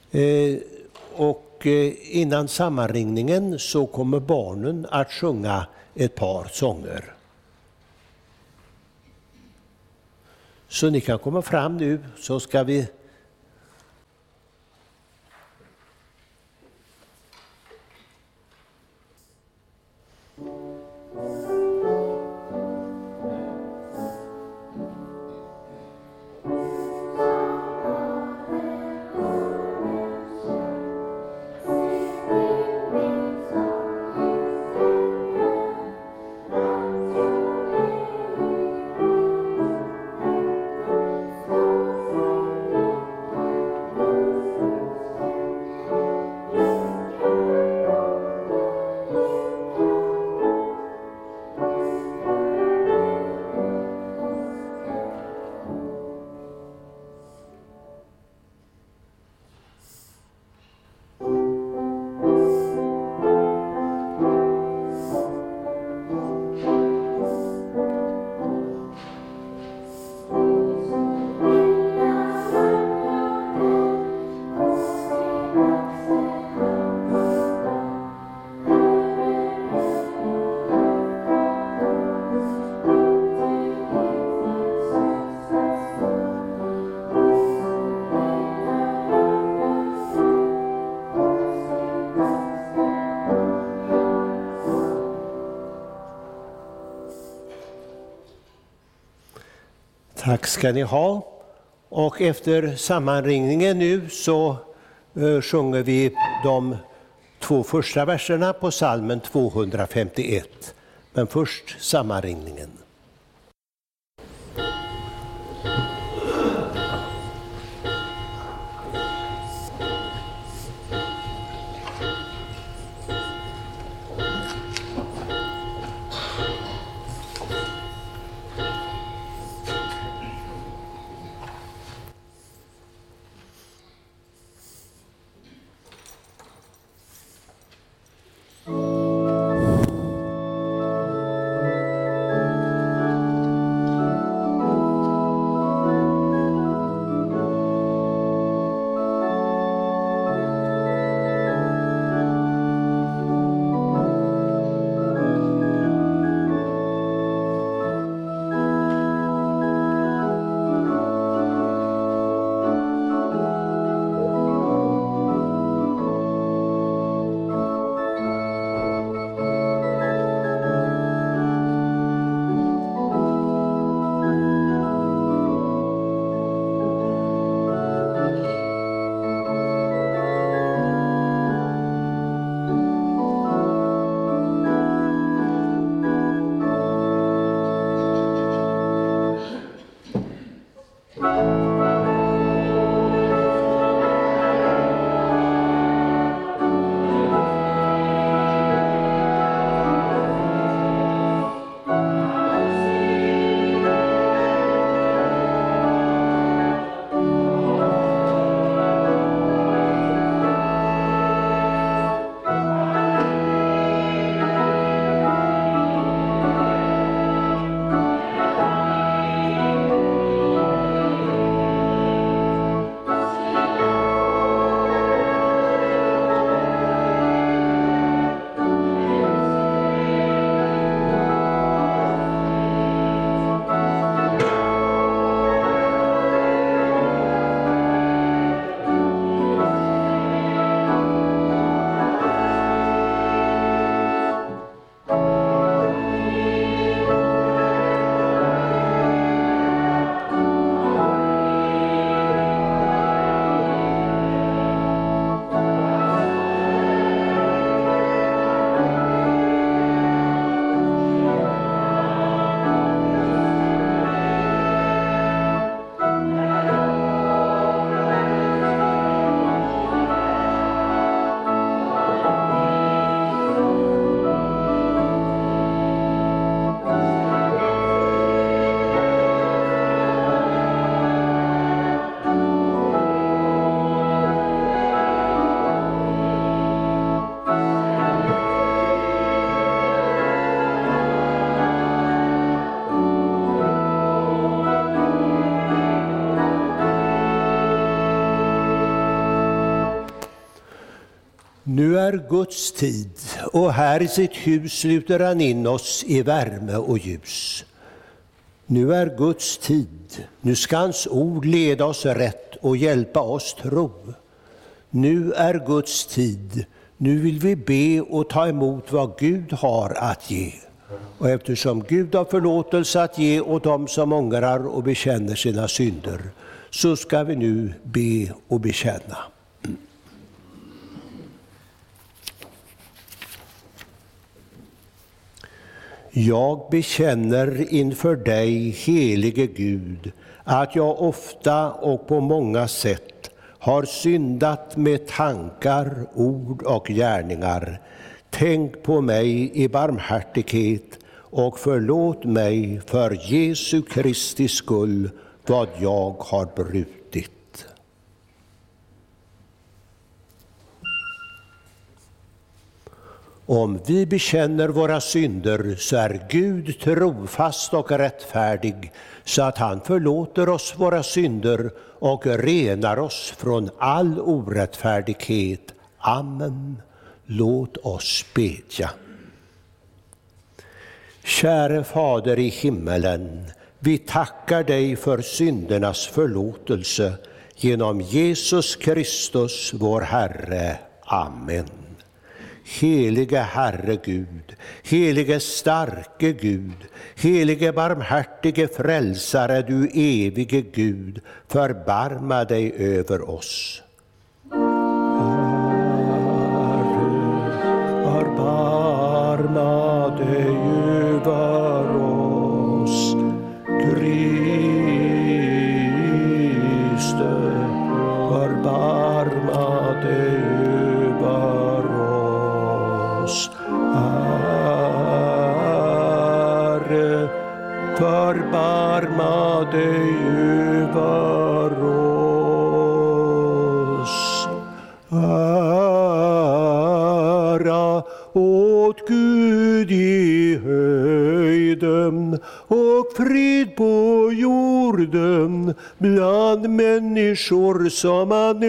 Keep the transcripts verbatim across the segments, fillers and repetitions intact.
Eh, och eh, innan sammanringningen så kommer barnen att sjunga ett par sånger. Så ni kan komma fram nu så ska vi Tack ska ni ha. Och efter sammanringningen nu så uh, sjunger vi de två första verserna på psalmen tvåhundrafemtioett. Men först sammanringningen. Nu är Guds tid, och här i sitt hus sluter han in oss i värme och ljus. Nu är Guds tid, nu ska hans ord leda oss rätt och hjälpa oss tro. Nu är Guds tid, nu vill vi be och ta emot vad Gud har att ge. Och eftersom Gud har förlåtelse att ge åt dem som ångrar och bekänner sina synder, så ska vi nu be och bekänna. Jag bekänner inför dig, helige Gud, att jag ofta och på många sätt har syndat med tankar, ord och gärningar. Tänk på mig i barmhärtighet och förlåt mig för Jesu Kristi skull vad jag har brutit. Om vi bekänner våra synder så är Gud trofast och rättfärdig så att han förlåter oss våra synder och renar oss från all orättfärdighet. Amen. Låt oss bedja. Käre Fader i himmelen, vi tackar dig för syndernas förlåtelse genom Jesus Kristus, vår Herre. Amen. Helige Herre Gud, helige starke Gud, helige barmhärtige frälsare, du evige Gud, förbarma dig över oss. Herre, förbarma dig över oss. Kriste, förbarma dig över oss. Herre, förbarma dig över oss. Ära åt Gud i höjden och frid på jorden bland människor som han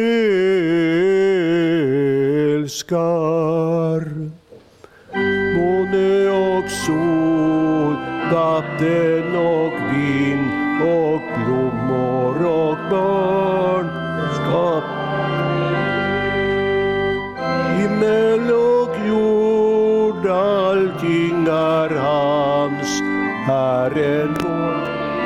älskar. Måne och sol, vatten och vind och blommor och barnskap. Himmel och jord, allting är hans, Herren vår.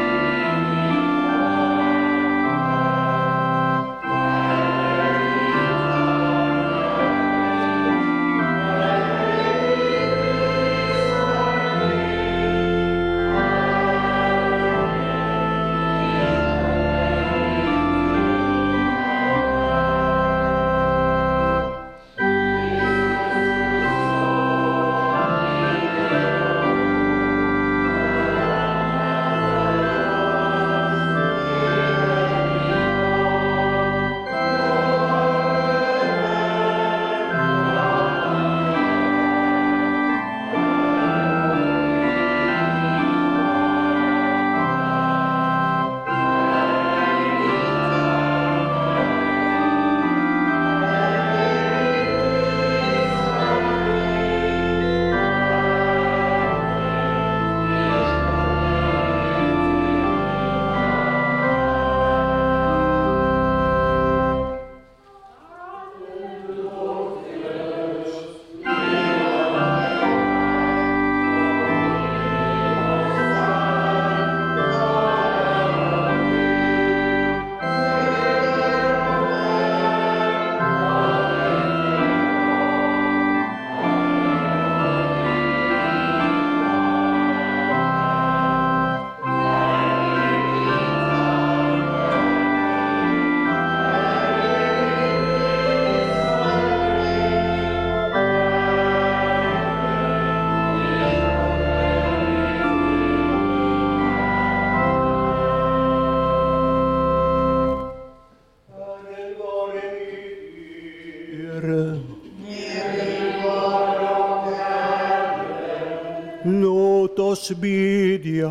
Låt oss bedja.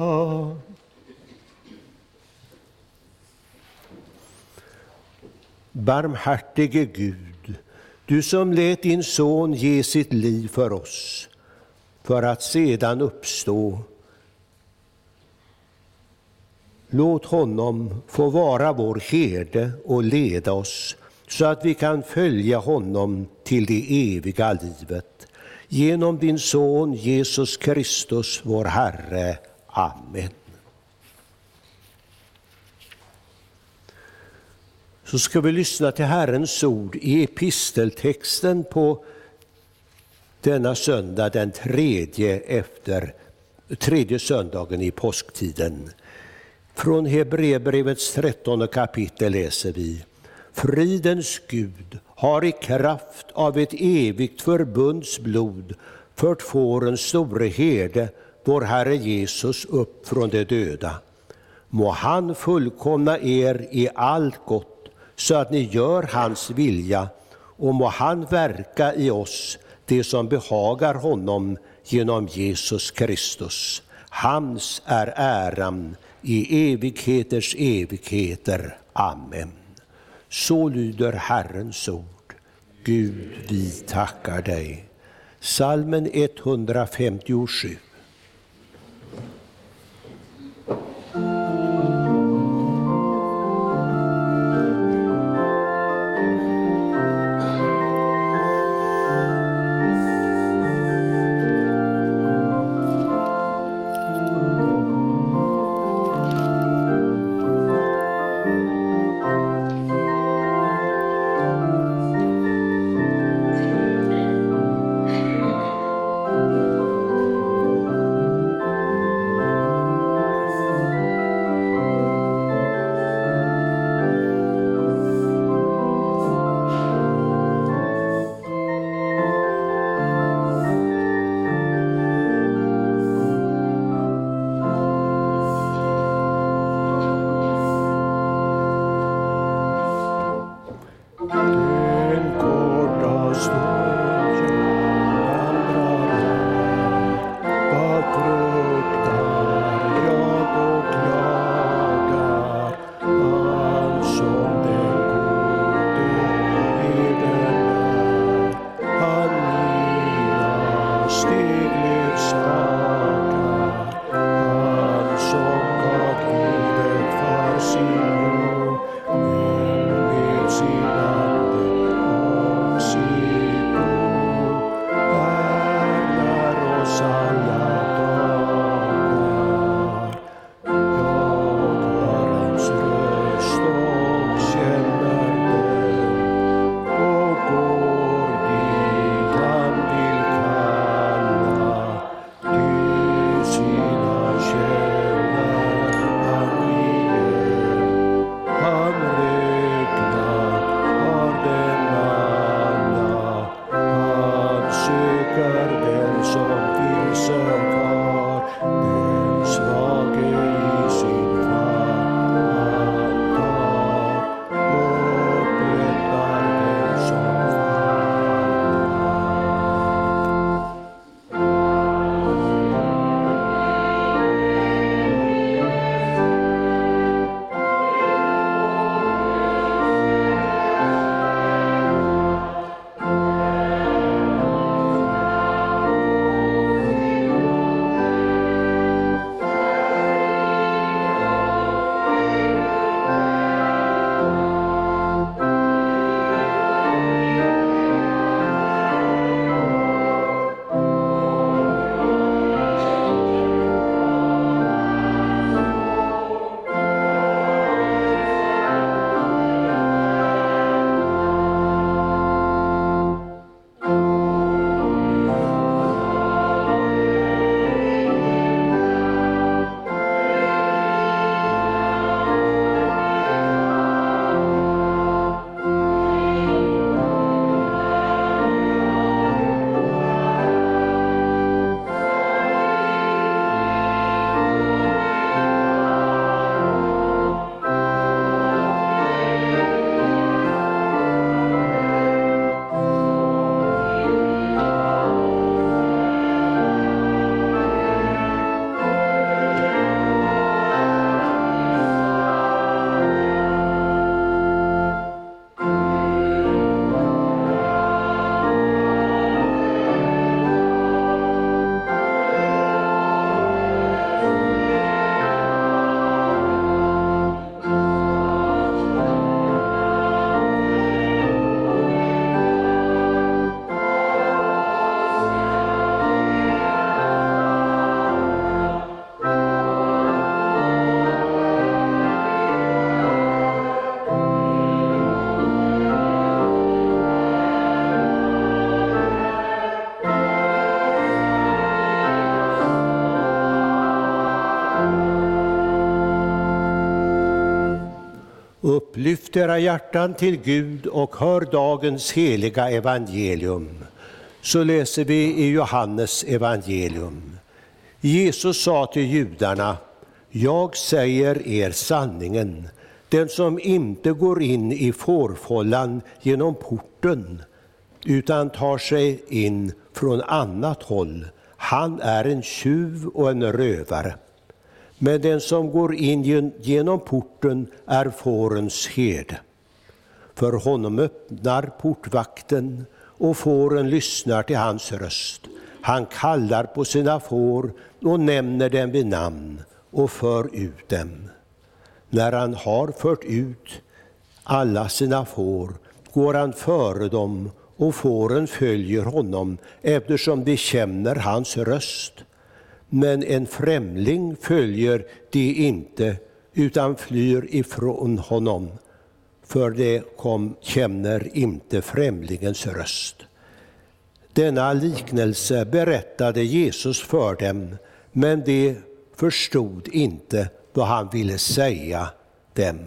Barmhärtige Gud, Du som lät din son ge sitt liv för oss, för att sedan uppstå. Låt honom få vara vår herde och leda oss, så att vi kan följa honom till det eviga livet. Genom din son Jesus Kristus, vår Herre. Amen. Så ska vi lyssna till Herrens ord i episteltexten på denna söndag, den tredje efter tredje söndagen i påsktiden. Från Hebreerbrevets trettonde kapitel läser vi: Fridens Gud har i kraft av ett evigt förbunds blod fört fårens store herde, vår Herre Jesus, upp från de döda. Må han fullkomna er i allt gott, så att ni gör hans vilja, och må han verka i oss det som behagar honom genom Jesus Kristus. Hans är äran i evigheters evigheter. Amen. Så lyder Herrens ord. Gud, vi tackar dig. Psalmen etthundrafemtiosju. Upplyft era hjärtan till Gud och hör dagens heliga evangelium. Så läser vi i Johannes evangelium. Jesus sa till judarna: jag säger er sanningen. Den som inte går in i fårfållan genom porten utan tar sig in från annat håll, han är en tjuv och en rövare. Men den som går in genom porten är fårens herde. För honom öppnar portvakten och fåren lyssnar till hans röst. Han kallar på sina får och nämner dem vid namn och för ut dem. När han har fört ut alla sina får går han före dem och fåren följer honom eftersom de känner hans röst. Men en främling följer de inte utan flyr ifrån honom, för de kom, känner inte främlingens röst. Denna liknelse berättade Jesus för dem, men de förstod inte vad han ville säga dem.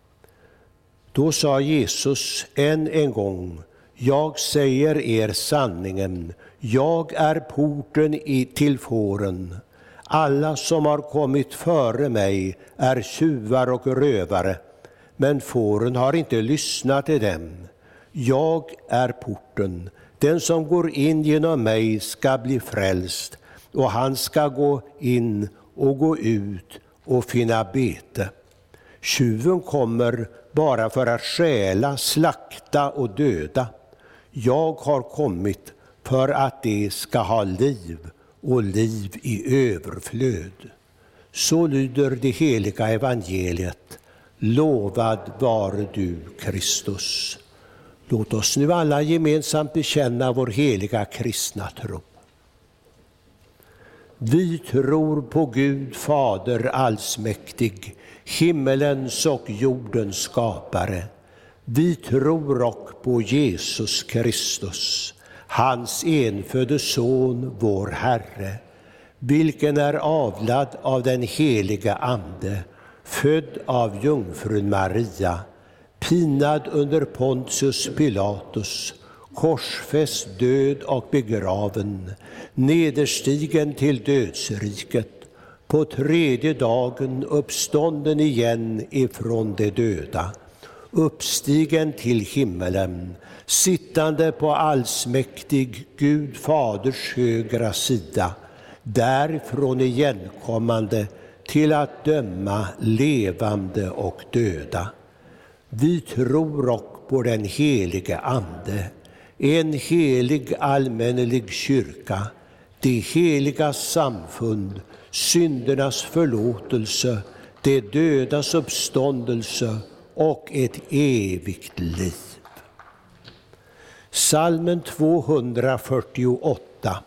Då sa Jesus än en gång: jag säger er sanningen, jag är porten i till fåren. Alla som har kommit före mig är tjuvar och rövare, men fåren har inte lyssnat till dem. Jag är porten. Den som går in genom mig ska bli frälst, och han ska gå in och gå ut och finna bete. Tjuven kommer bara för att stjäla, slakta och döda. Jag har kommit för att de ska ha liv och liv i överflöd. Så lyder det heliga evangeliet. Lovad vare du, Kristus. Låt oss nu alla gemensamt bekänna vår heliga kristna tro. Vi tror på Gud Fader allsmäktig, himmelens och jordens skapare. Vi tror och på Jesus Kristus, hans enfödde son, vår Herre, vilken är avlad av den heliga Ande, född av jungfrun Maria, pinad under Pontius Pilatus, korsfäst, död och begraven, nederstigen till dödsriket, på tredje dagen uppstånden igen ifrån de döda, uppstigen till himmelen, sittande på allsmäktig Gud Faders högra sida, därifrån igenkommande till att döma levande och döda. Vi tror och på den helige Ande, en helig allmännelig kyrka, det heliga samfund, syndernas förlåtelse, det dödas uppståndelse och ett evigt liv. Psalmen tvåhundrafyrtioåtta.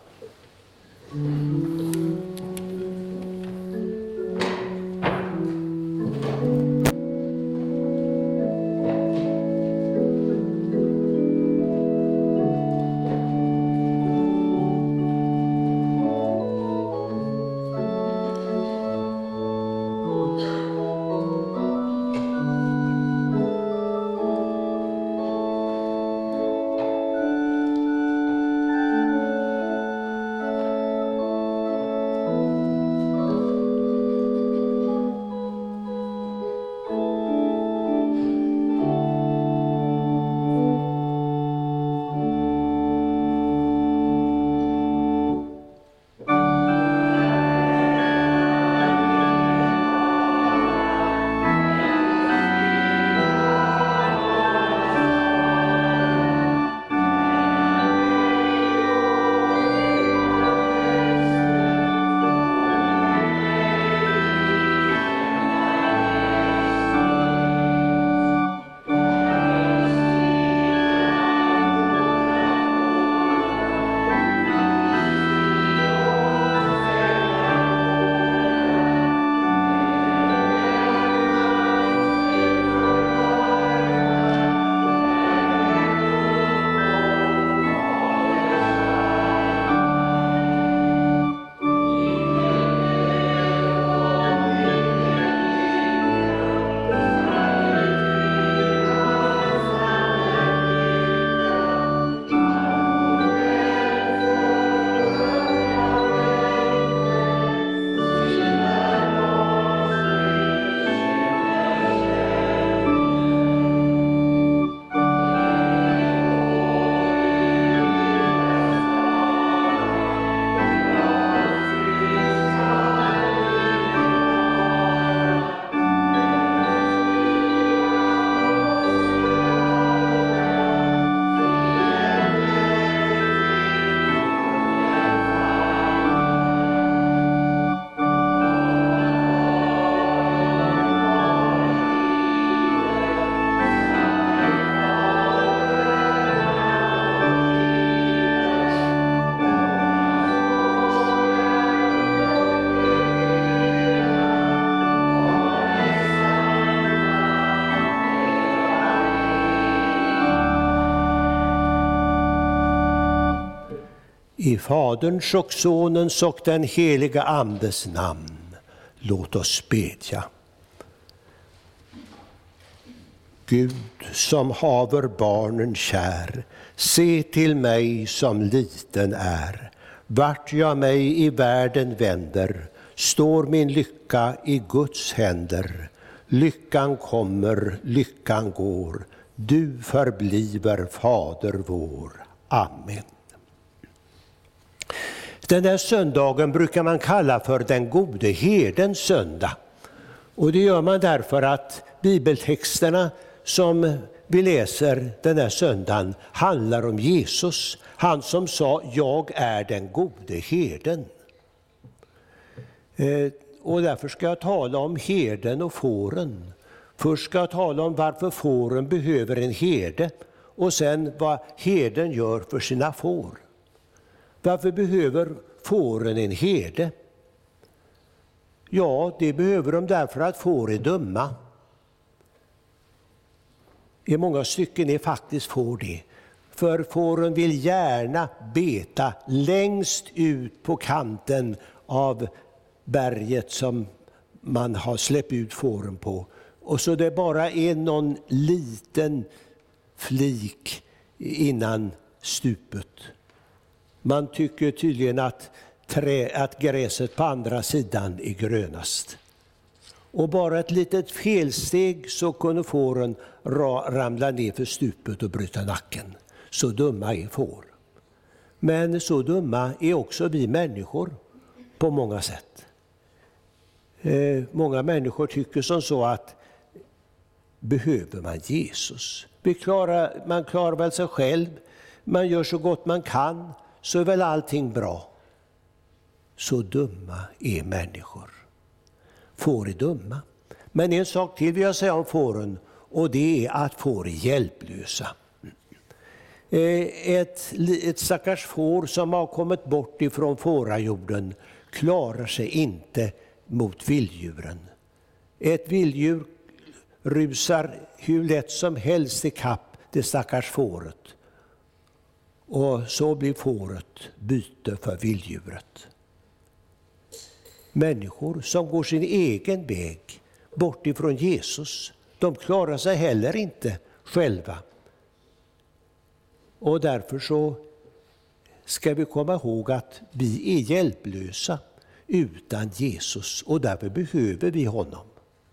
I Faderns och Sonens och den heliga Andes namn, låt oss bedja. Gud som haver barnen kär, se till mig som liten är. Vart jag mig i världen vänder, står min lycka i Guds händer. Lyckan kommer, lyckan går, du förbliver Fader vår. Amen. Den här söndagen brukar man kalla för den gode herdens söndag. Och det gör man därför att bibeltexterna som vi läser den här söndagen handlar om Jesus. Han som sa, jag är den gode herden. Eh, och därför ska jag tala om herden och fåren. Först ska jag tala om varför fåren behöver en herde. Och sen vad herden gör för sina får. Varför behöver fåren en herde? Ja, det behöver de därför att får är dumma. I många stycken är faktiskt får det. För fåren vill gärna beta längst ut på kanten av berget som man har släppt ut fåren på. Och så det bara är någon liten flik innan stupet. Man tycker tydligen att, trä, att gräset på andra sidan är grönast. Och bara ett litet felsteg så kunde fåren ramla ner för stupet och bryta nacken. Så dumma är får. Men så dumma är också vi människor på många sätt. Eh, många människor tycker som så att behöver man Jesus? Vi klarar, man klarar väl sig själv, man gör så gott man kan, så är väl allting bra. Så dumma är människor. Får är dumma. Men en sak till vill jag säga om fåren, och det är att får är hjälplösa. Ett, ett stackars får som har kommit bort ifrån fårajorden klarar sig inte mot vilddjuren. Ett vilddjur rusar hur lätt som helst i kapp det stackars fåret. Och så blir fåret byte för vilddjuret. Människor som går sin egen väg bort ifrån Jesus, de klarar sig heller inte själva. Och därför så ska vi komma ihåg att vi är hjälplösa utan Jesus, och därför behöver vi honom.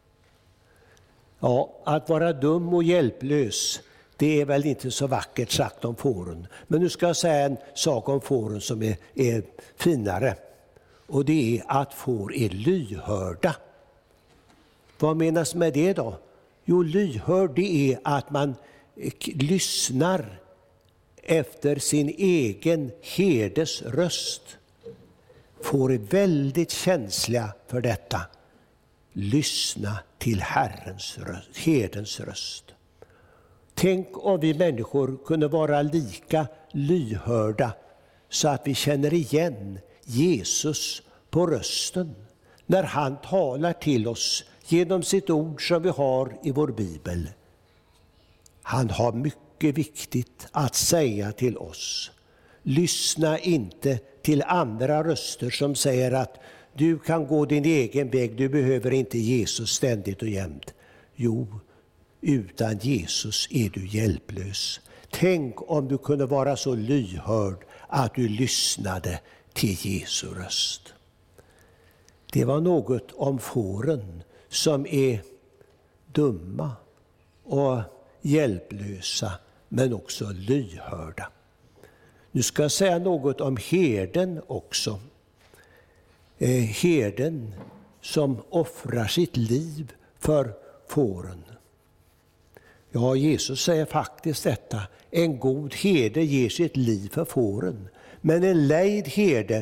Ja, att vara dum och hjälplös, det är väl inte så vackert sagt om fåren. Men nu ska jag säga en sak om fåren som är, är finare. Och det är att får är lyhörda. Vad menas med det då? Jo, lyhörd det är att man lyssnar efter sin egen herdes röst. Får är väldigt känsliga för detta. Lyssna till Herrens röst, herdens röst. Tänk om vi människor kunde vara lika lyhörda så att vi känner igen Jesus på rösten när han talar till oss genom sitt ord som vi har i vår bibel. Han har mycket viktigt att säga till oss. Lyssna inte till andra röster som säger att du kan gå din egen väg, du behöver inte Jesus ständigt och jämt. Jo, utan Jesus är du hjälplös. Tänk om du kunde vara så lyhörd att du lyssnade till Jesu röst. Det var något om fåren som är dumma och hjälplösa, men också lyhörda. Nu ska jag säga något om herden också. Eh, herden som offrar sitt liv för fåren. Ja, Jesus säger faktiskt detta. En god herde ger sitt liv för fåren. Men en lejd herde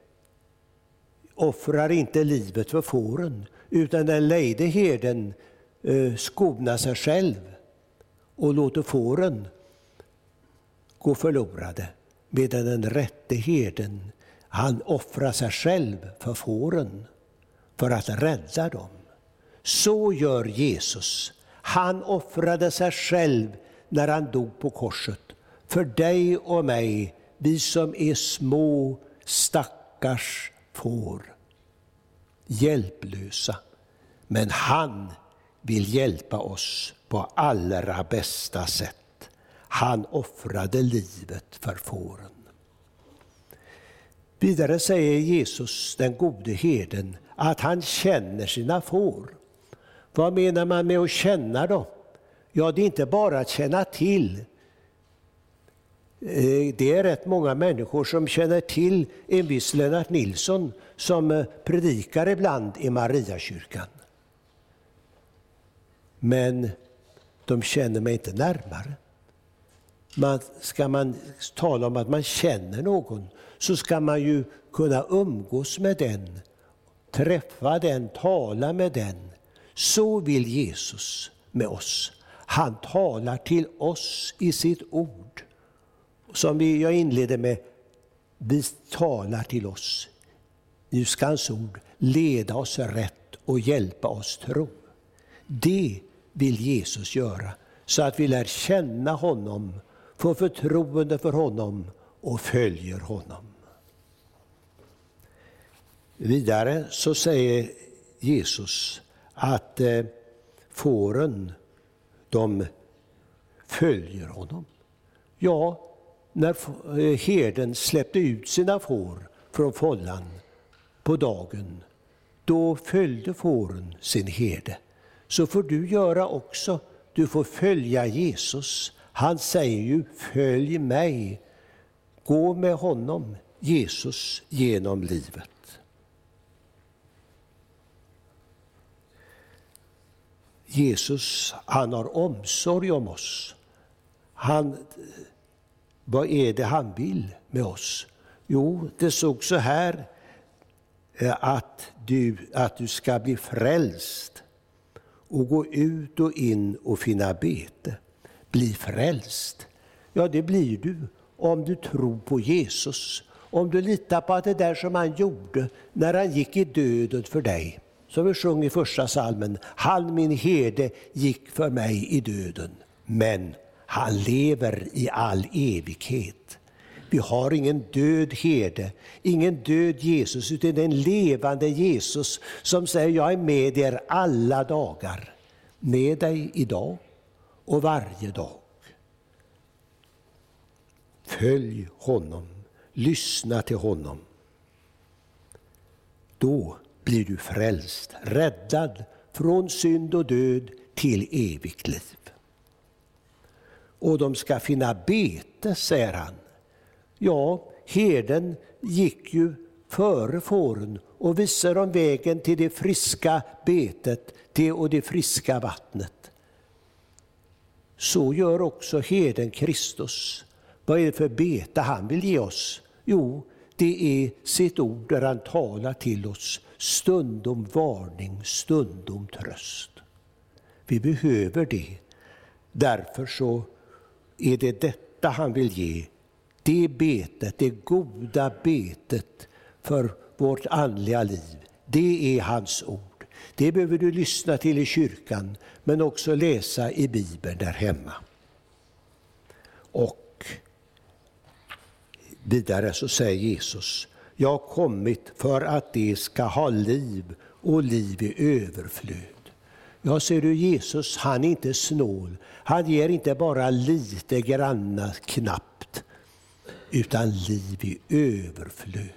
offrar inte livet för fåren, utan den lejde herden eh, skonar sig själv och låter fåren gå förlorade. Medan den rätte herden, han offrar sig själv för fåren för att rädda dem. Så gör Jesus. Han offrade sig själv när han dog på korset för dig och mig vi som är små stackars får, hjälplösa. Men han vill hjälpa oss på allra bästa sätt. Han offrade livet för fåren. Vidare säger Jesus, den gode herden, att han känner sina får. Vad menar man med att känna då? Ja, det är inte bara att känna till. Det är rätt många människor som känner till en viss Lennart Nilsson som predikar ibland i Mariakyrkan. Men de känner mig inte närmare. Man, ska man tala om att man känner någon, så ska man ju kunna umgås med den, träffa den, tala med den. Så vill Jesus med oss. Han talar till oss i sitt ord. Som vi, jag inledde med, vi talar till oss. Nu ska hans ord leda oss rätt och hjälpa oss tro. Det vill Jesus göra, så att vi lär känna honom, får förtroende för honom och följer honom. Vidare så säger Jesus att eh, fåren, de följer honom. Ja, när herden släppte ut sina får från fållan på dagen, då följde fåren sin herde. Så får du göra också. Du får följa Jesus. Han säger ju, följ mig. Gå med honom, Jesus, genom livet. Jesus, han har omsorg om oss. Han, vad är det han vill med oss? Jo, det såg så här, att du, att du ska bli frälst och gå ut och in och finna bete. Bli frälst. Ja, det blir du om du tror på Jesus. Om du litar på att det där som han gjorde när han gick i döden för dig. Som vi sjöng i första salmen. Han, min herde, gick för mig i döden. Men han lever i all evighet. Vi har ingen död herde, ingen död Jesus, utan en levande Jesus som säger, jag är med er alla dagar. Med dig idag och varje dag. Följ honom, lyssna till honom. Då blir du frälst, räddad från synd och död till evigt liv. Och de ska finna bete, säger han. Ja, herden gick ju före fåren och visade dem vägen till det friska betet till och det friska vattnet. Så gör också herden Kristus. Vad är det för bete han vill ge oss? Jo, det är sitt ord där han talar till oss. Stundom varning, stundom tröst. Vi behöver det. Därför så är det detta han vill ge. Det betet, det goda betet för vårt andliga liv. Det är hans ord. Det behöver du lyssna till i kyrkan, men också läsa i Bibeln där hemma. Och vidare så säger Jesus, jag har kommit för att det ska ha liv och liv i överflöd. Jag ser du, Jesus, han är inte snål. Han ger inte bara lite granna knappt, utan liv i överflöd.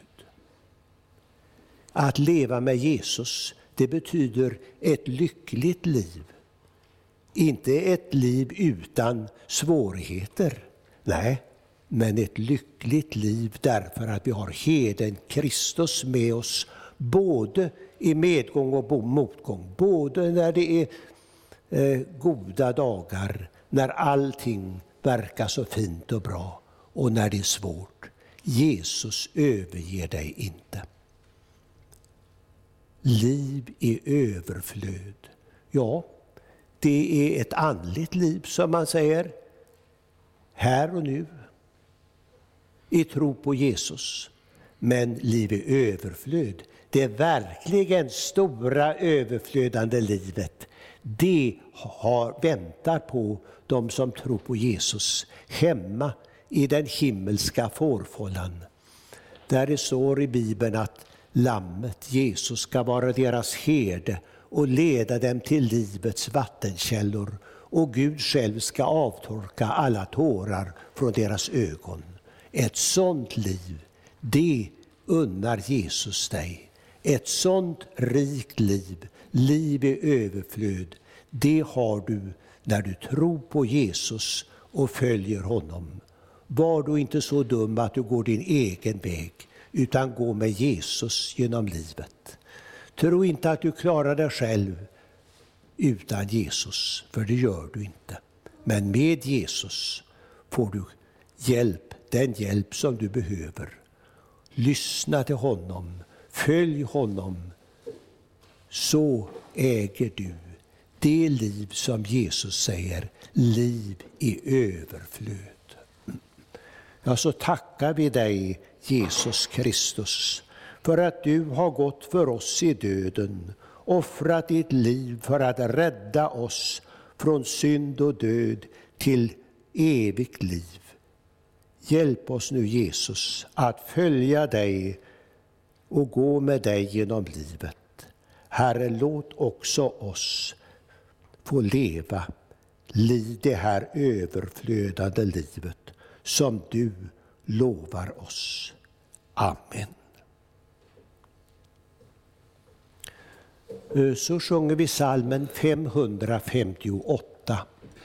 Att leva med Jesus, det betyder ett lyckligt liv. Inte ett liv utan svårigheter. Nej, men ett lyckligt liv därför att vi har herden Kristus med oss. Både i medgång och motgång. Både när det är eh, goda dagar, när allting verkar så fint och bra. Och när det är svårt. Jesus överger dig inte. Liv i överflöd. Ja, det är ett andligt liv som man säger. Här och nu. I tro på Jesus. Men liv i överflöd. Det verkligen stora överflödande livet. Det har, väntar på de som tror på Jesus hemma i den himmelska fårfållan. Där det står i Bibeln att lammet, Jesus, ska vara deras herde och leda dem till livets vattenkällor, och Gud själv ska avtorka alla tårar från deras ögon. Ett sånt liv, det unnar Jesus dig. Ett sånt rikt liv, liv i överflöd, det har du när du tror på Jesus och följer honom. Var då inte så dum att du går din egen väg, utan gå med Jesus genom livet. Tro inte att du klarar dig själv utan Jesus, för det gör du inte. Men med Jesus får du hjälp, den hjälp som du behöver. Lyssna till honom, följ honom, så äger du det liv som Jesus säger, liv i överflöd. Ja, så tackar vi dig, Jesus Kristus, för att du har gått för oss i döden, offrat ditt liv för att rädda oss från synd och död till evigt liv. Hjälp oss nu, Jesus, att följa dig och gå med dig genom livet. Herre, låt också oss få leva det här överflödande livet som du lovar oss. Amen. Så sjunger vi psalmen femhundrafemtioåtta.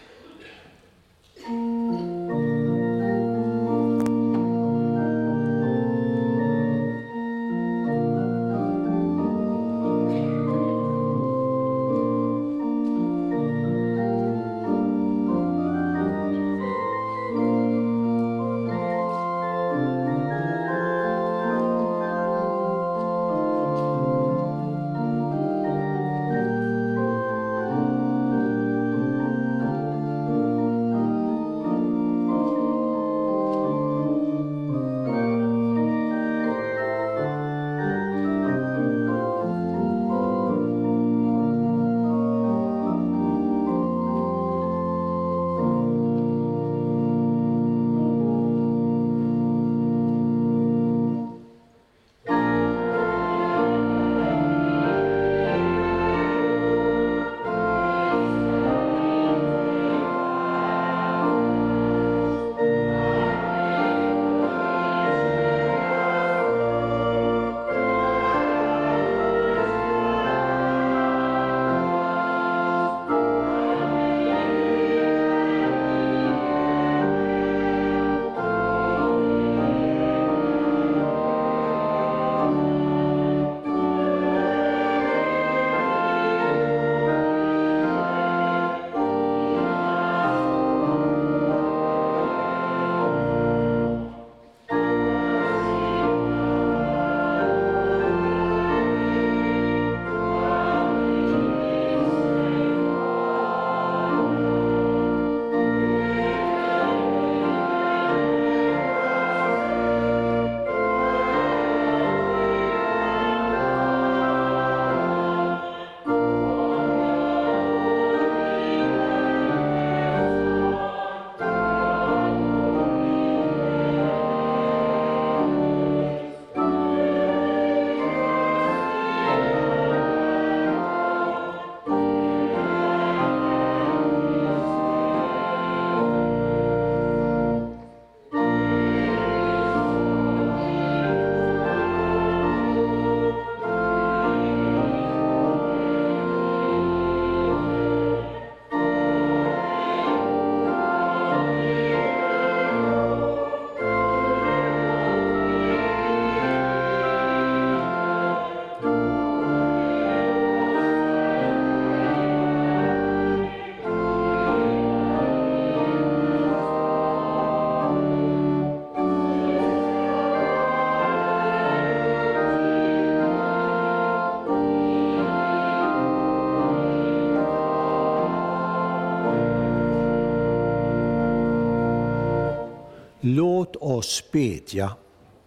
Låt oss bedja.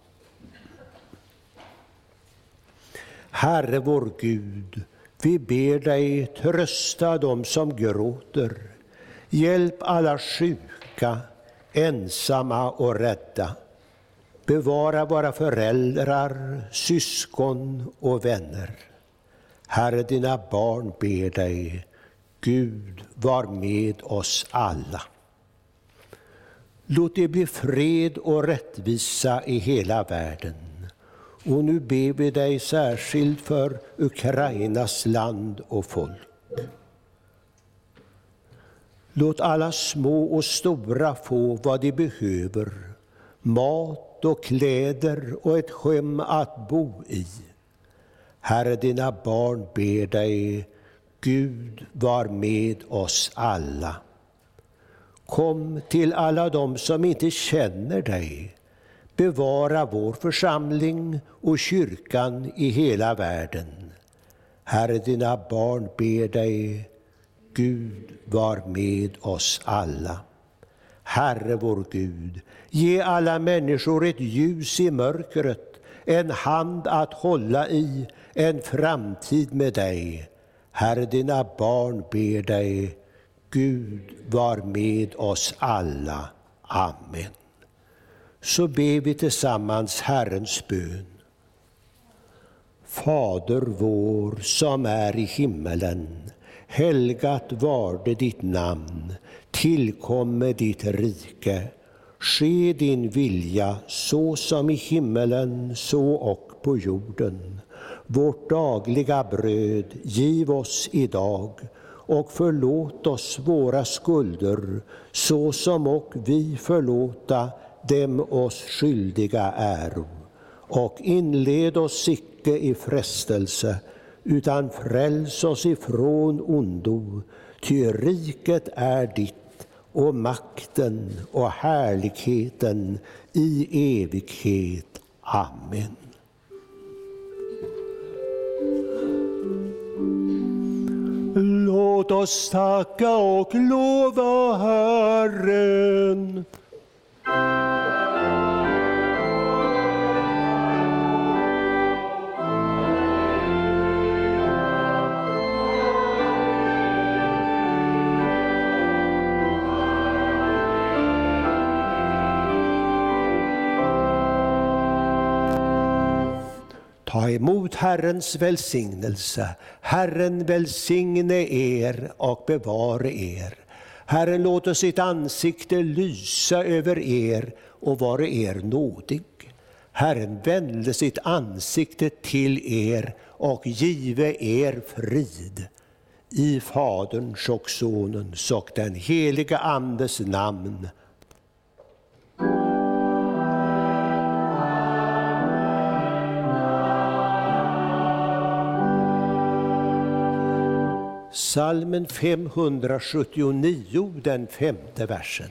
Herre vår Gud, vi ber dig trösta dem som gråter. Hjälp alla sjuka, ensamma och rädda. Bevara våra föräldrar, syskon och vänner. Herre, dina barn ber dig, Gud var med oss alla. Låt det bli fred och rättvisa i hela världen. Och nu ber vi dig särskilt för Ukrainas land och folk. Låt alla små och stora få vad de behöver, mat och kläder och ett hem att bo i. Herre, dina barn ber dig, Gud var med oss alla. Kom till alla dem som inte känner dig. Bevara vår församling och kyrkan i hela världen. Herre, dina barn ber dig, Gud var med oss alla. Herre vår Gud, ge alla människor ett ljus i mörkret, en hand att hålla i, en framtid med dig. Herre, dina barn ber dig, Gud var med oss alla. Amen. Så ber vi tillsammans Herrens bön. Fader vår som är i himmelen, helgat varde ditt namn, tillkomme ditt rike. Ske din vilja så som i himmelen, så och på jorden. Vårt dagliga bröd giv oss idag, och förlåt oss våra skulder, så som och vi förlåta dem oss skyldiga äro. Och inled oss icke i frestelse, utan fräls oss ifrån ondo, ty riket är ditt, och makten och härligheten i evighet. Amen. Låt oss tacka och lova Herren. Ta emot Herrens välsignelse. Herren välsigne er och bevare er. Herren låter sitt ansikte lysa över er och vara er nådig. Herren vände sitt ansikte till er och give er frid. I Faderns och Sonens och den heliga Andes namn. Psalmen femhundrasjuttionio, den femte versen.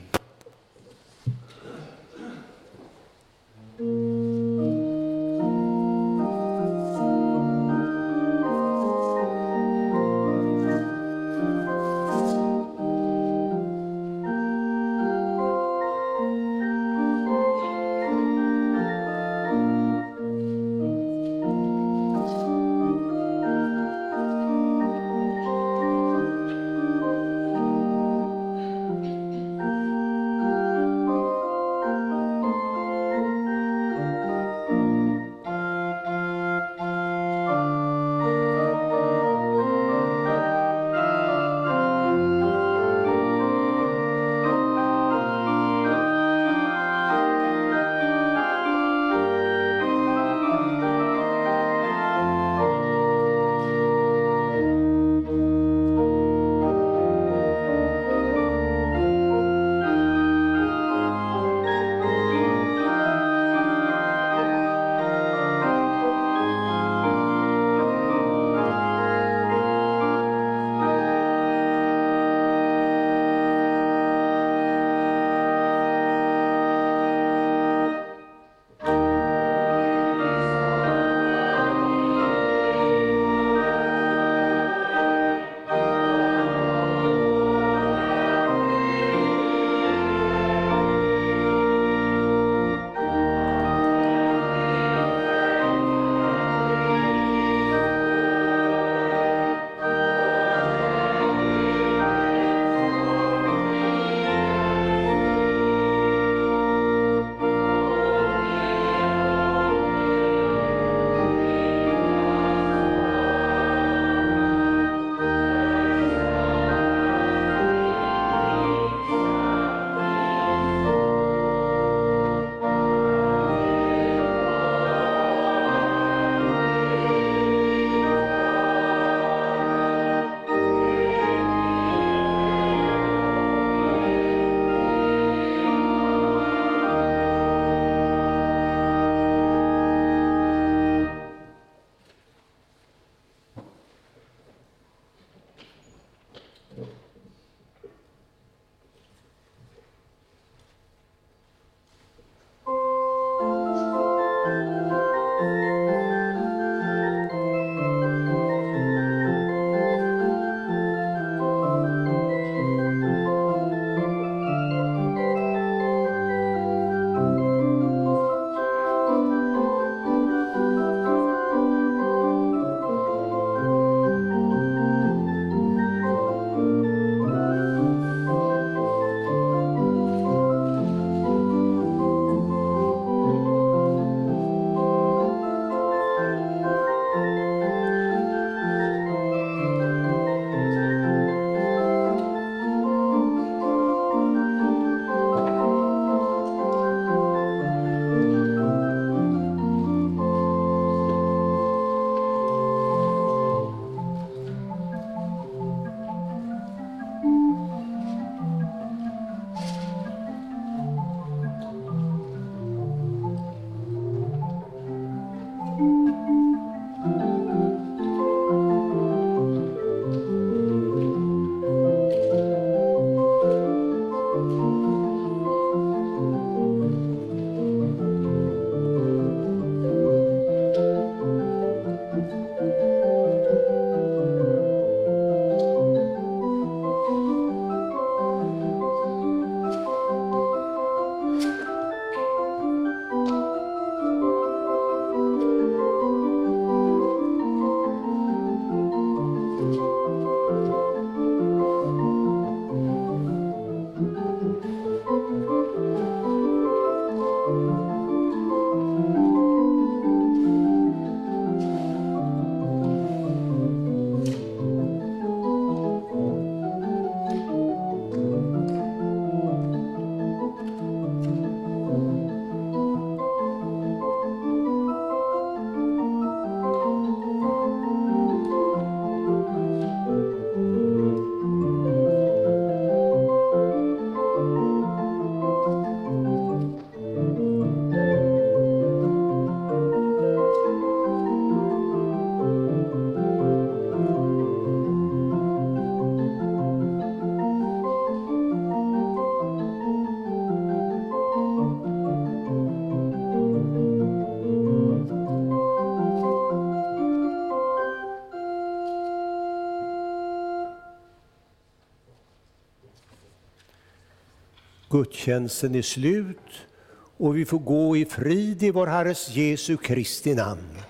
Gudstjänsten är slut och vi får gå i frid i vår Herres Jesu Kristi namn.